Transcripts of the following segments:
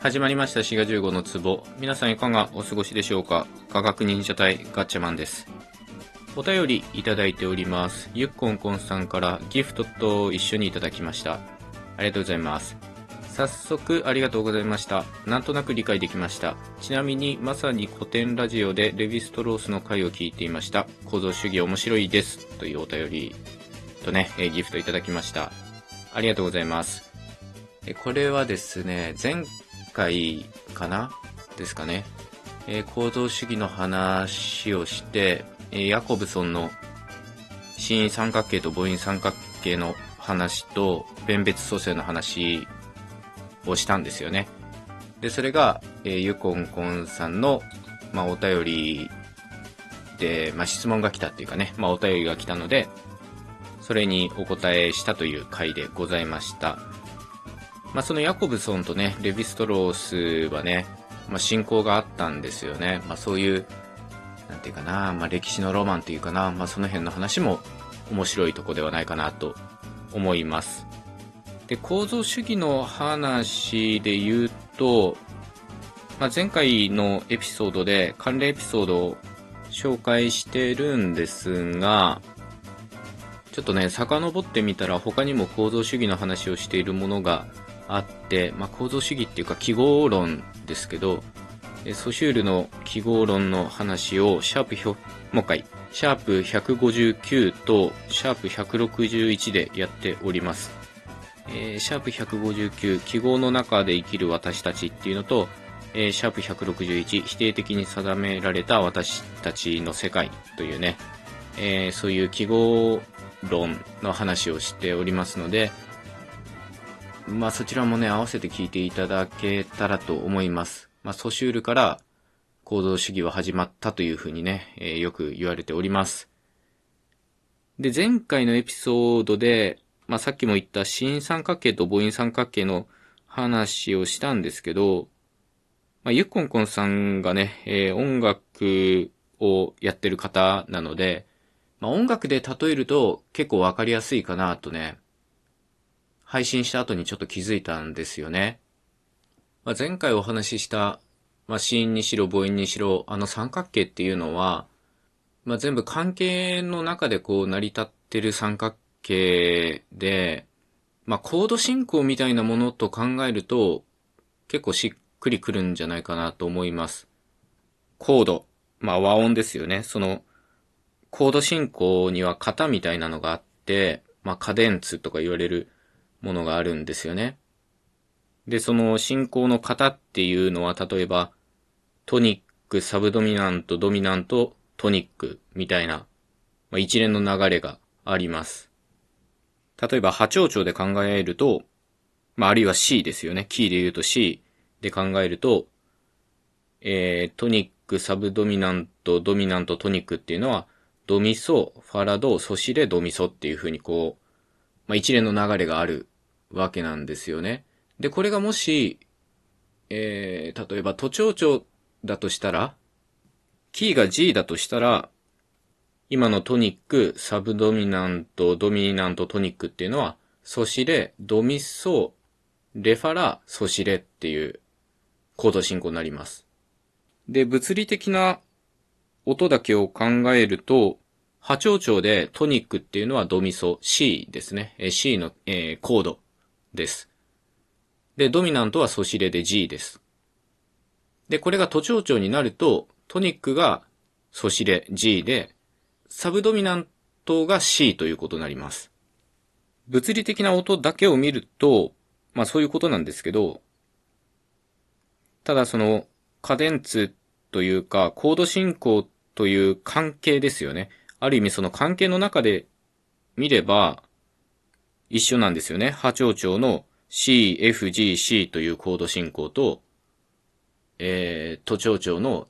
始まりました滋賀15の壺。皆さんいかがお過ごしでしょうか。科学忍者隊ガッチャマンです。お便りいただいております。ゆっこんこんさんからギフトと一緒にいただきました。ありがとうございます。早速ありがとうございました。なんとなく理解できました。ちなみにまさに古典ラジオでレヴィストロースの回を聞いていました。構造主義面白いですというお便りとね、ギフトいただきました。ありがとうございます。これはですね、前回かなですかね、構造主義の話をして、ヤコブソンの真三角形と母音三角形の話と弁別組成の話をしたんですよね。でそれが、ユコンコンさんの、お便りで、質問が来たっていうかね、お便りが来たのでそれにお答えしたという回でございました。そのヤコブソンとね、レヴィストロースはね、親交があったんですよね。そういう、なんていうかな、歴史のロマンというかな、その辺の話も面白いとこではないかなと思います。で、構造主義の話で言うと、前回のエピソードで関連エピソードを紹介してるんですが、ちょっとね、遡ってみたら他にも構造主義の話をしているものがあって、構造主義っていうか記号論ですけど、ソシュールの記号論の話をもう一回、シャープ159とシャープ161でやっております。シャープ159、記号の中で生きる私たちっていうのと、シャープ161、否定的に定められた私たちの世界というね、そういう記号論の話をしておりますので、そちらもね、合わせて聞いていただけたらと思います。ソシュールから構造主義は始まったというふうにね、よく言われております。で、前回のエピソードで、さっきも言った真三角形と母音三角形の話をしたんですけど、ゆっこんこんさんがね、音楽をやってる方なので、音楽で例えると結構わかりやすいかなとね、配信した後にちょっと気づいたんですよね。前回お話しした、子音にしろ母音にしろ、三角形っていうのは、全部関係の中でこう成り立ってる三角形で、コード進行みたいなものと考えると、結構しっくりくるんじゃないかなと思います。コード、和音ですよね。その、コード進行には型みたいなのがあって、カデンツとか言われるものがあるんですよね。で、その進行の型っていうのは、例えば、トニック、サブドミナント、ドミナント、トニックみたいな、一連の流れがあります。例えば、波長長で考えると、あるいは C ですよね。キーで言うと C で考えると、トニック、サブドミナント、ドミナント、トニックっていうのは、ドミソ、ファラド、ソシレ、ドミソっていう風にこう、一連の流れがあるわけなんですよね。で、これがもし、例えば都庁長だとしたら、キーが G だとしたら、今のトニック、サブドミナント、ドミナント、トニックっていうのは、ソシレ、ドミソ、レファラ、ソシレっていうコード進行になります。で、物理的な音だけを考えると、波長長でトニックっていうのはドミソ C ですね。C の、コードです。で、ドミナントはソシレで G です。で、これが都庁長になると、トニックがソシレ G で、サブドミナントが C ということになります。物理的な音だけを見ると、そういうことなんですけど、ただその、カデンツというか、コード進行という関係ですよね。ある意味その関係の中で見れば、一緒なんですよね。波長長の C、F、G、C というコード進行と、都庁長の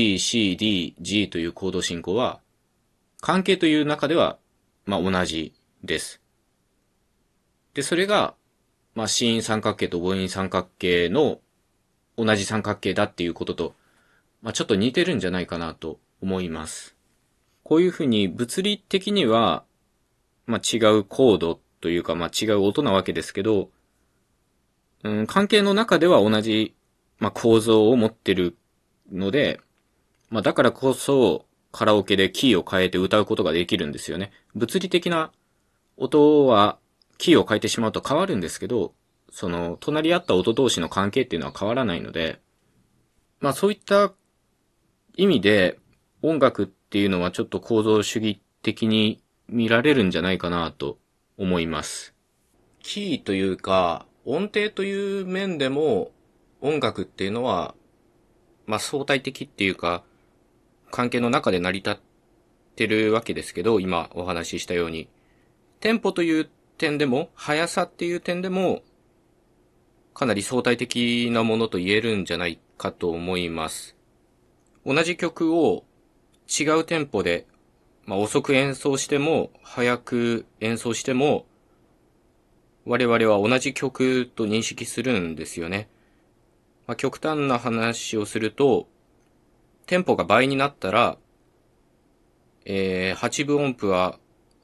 G、C、D、G というコード進行は、関係という中では、同じです。で、それが、子音三角形と母音三角形の同じ三角形だっていうことと、ちょっと似てるんじゃないかなと思います。こういうふうに物理的には、違うコードというか、違う音なわけですけど、関係の中では同じ構造を持ってるので、だからこそカラオケでキーを変えて歌うことができるんですよね。物理的な音はキーを変えてしまうと変わるんですけど、その隣り合った音同士の関係っていうのは変わらないので、そういった意味で音楽っていうのはちょっと構造主義的に見られるんじゃないかなと思います。キーというか音程という面でも音楽っていうのは相対的っていうか関係の中で成り立ってるわけですけど、今お話ししたようにテンポという点でも速さっていう点でもかなり相対的なものと言えるんじゃないかと思います。同じ曲を違うテンポで、遅く演奏しても速く演奏しても我々は同じ曲と認識するんですよね。極端な話をするとテンポが倍になったら、8分音符は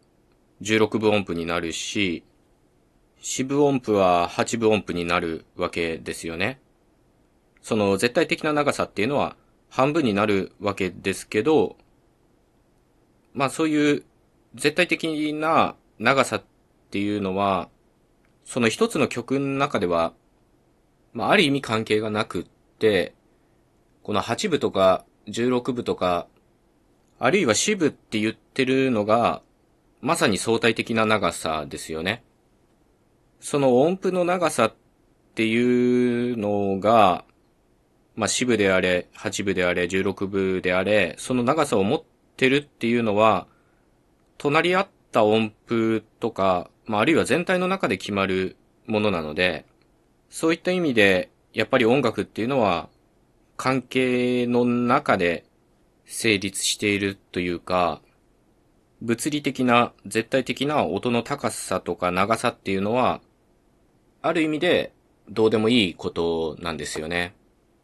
16分音符になるし、4分音符は8分音符になるわけですよね。その絶対的な長さっていうのは半分になるわけですけど、そういう絶対的な長さっていうのは、その一つの曲の中では、ある意味関係がなくって、この8部とか16部とか、あるいは4部って言ってるのが、まさに相対的な長さですよね。その音符の長さっていうのが、4部であれ、8部であれ、16部であれ、その長さを持ってるっていうのは、隣り合った音符とか、あるいは全体の中で決まるものなので、そういった意味で、やっぱり音楽っていうのは、関係の中で成立しているというか、物理的な、絶対的な音の高さとか長さっていうのは、ある意味でどうでもいいことなんですよね。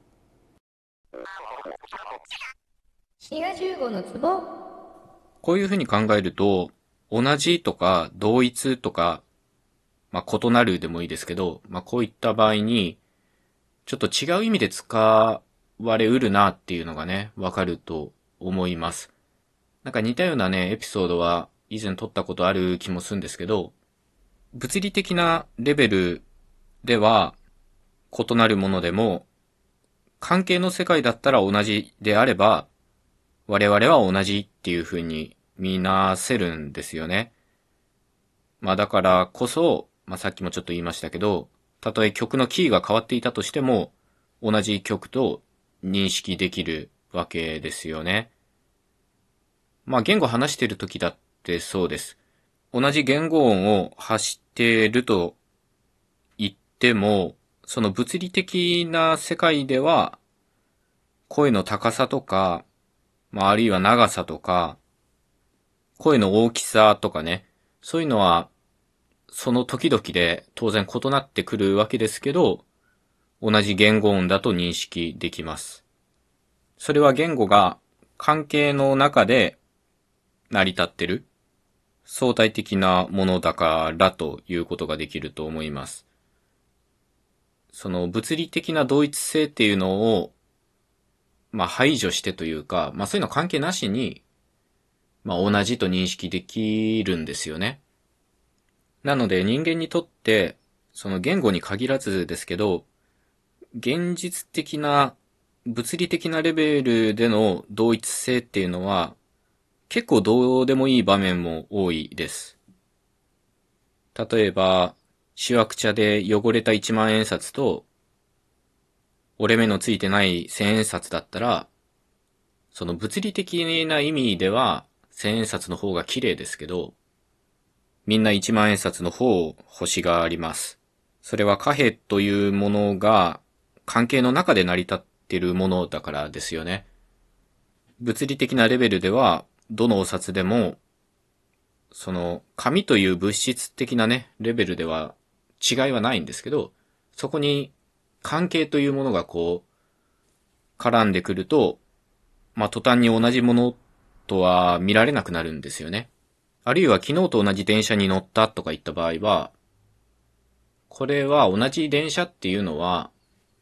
滋賀15のツボ。 こういうふうに考えると、同じとか同一とか、異なるでもいいですけど、こういった場合に、ちょっと違う意味で使われうるなっていうのがね、わかると思います。なんか似たようなね、エピソードは以前撮ったことある気もするんですけど、物理的なレベルでは異なるものでも、関係の世界だったら同じであれば、我々は同じっていう風に見なせるんですよね。だからこそ、さっきもちょっと言いましたけど、たとえ曲のキーが変わっていたとしても、同じ曲と認識できるわけですよね。言語話している時だってそうです。同じ言語音を発していると言っても、その物理的な世界では、声の高さとか、あるいは長さとか、声の大きさとかね、そういうのは、その時々で当然異なってくるわけですけど、同じ言語音だと認識できます。それは言語が関係の中で成り立ってる相対的なものだからということができると思います。その物理的な同一性っていうのを、排除してというか、そういうの関係なしに、同じと認識できるんですよね。なので人間にとって、その言語に限らずですけど、現実的な物理的なレベルでの同一性っていうのは結構どうでもいい場面も多いです。例えば、しわくちゃで汚れた1万円札と折れ目のついてない千円札だったら、その物理的な意味では千円札の方が綺麗ですけど、みんな1万円札の方を欲しがります。それは貨幣というものが関係の中で成り立っているものだからですよね。物理的なレベルでは、どのお札でも、その紙という物質的なね、レベルでは違いはないんですけど、そこに関係というものが絡んでくると、途端に同じものとは見られなくなるんですよね。あるいは昨日と同じ電車に乗ったとか言った場合は、これは同じ電車っていうのは、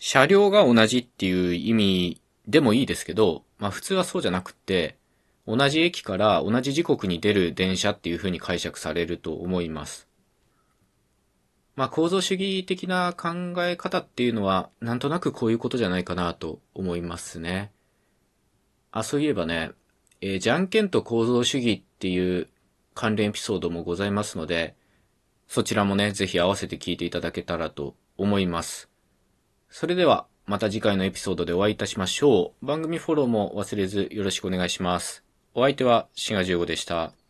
車両が同じっていう意味でもいいですけど、普通はそうじゃなくって、同じ駅から同じ時刻に出る電車っていう風に解釈されると思います。構造主義的な考え方っていうのは、なんとなくこういうことじゃないかなと思いますね。そういえばね、じゃんけんと構造主義っていう関連エピソードもございますので、そちらもね、ぜひ合わせて聞いていただけたらと思います。それでは、また次回のエピソードでお会いいたしましょう。番組フォローも忘れずよろしくお願いします。お相手は、シガ15でした。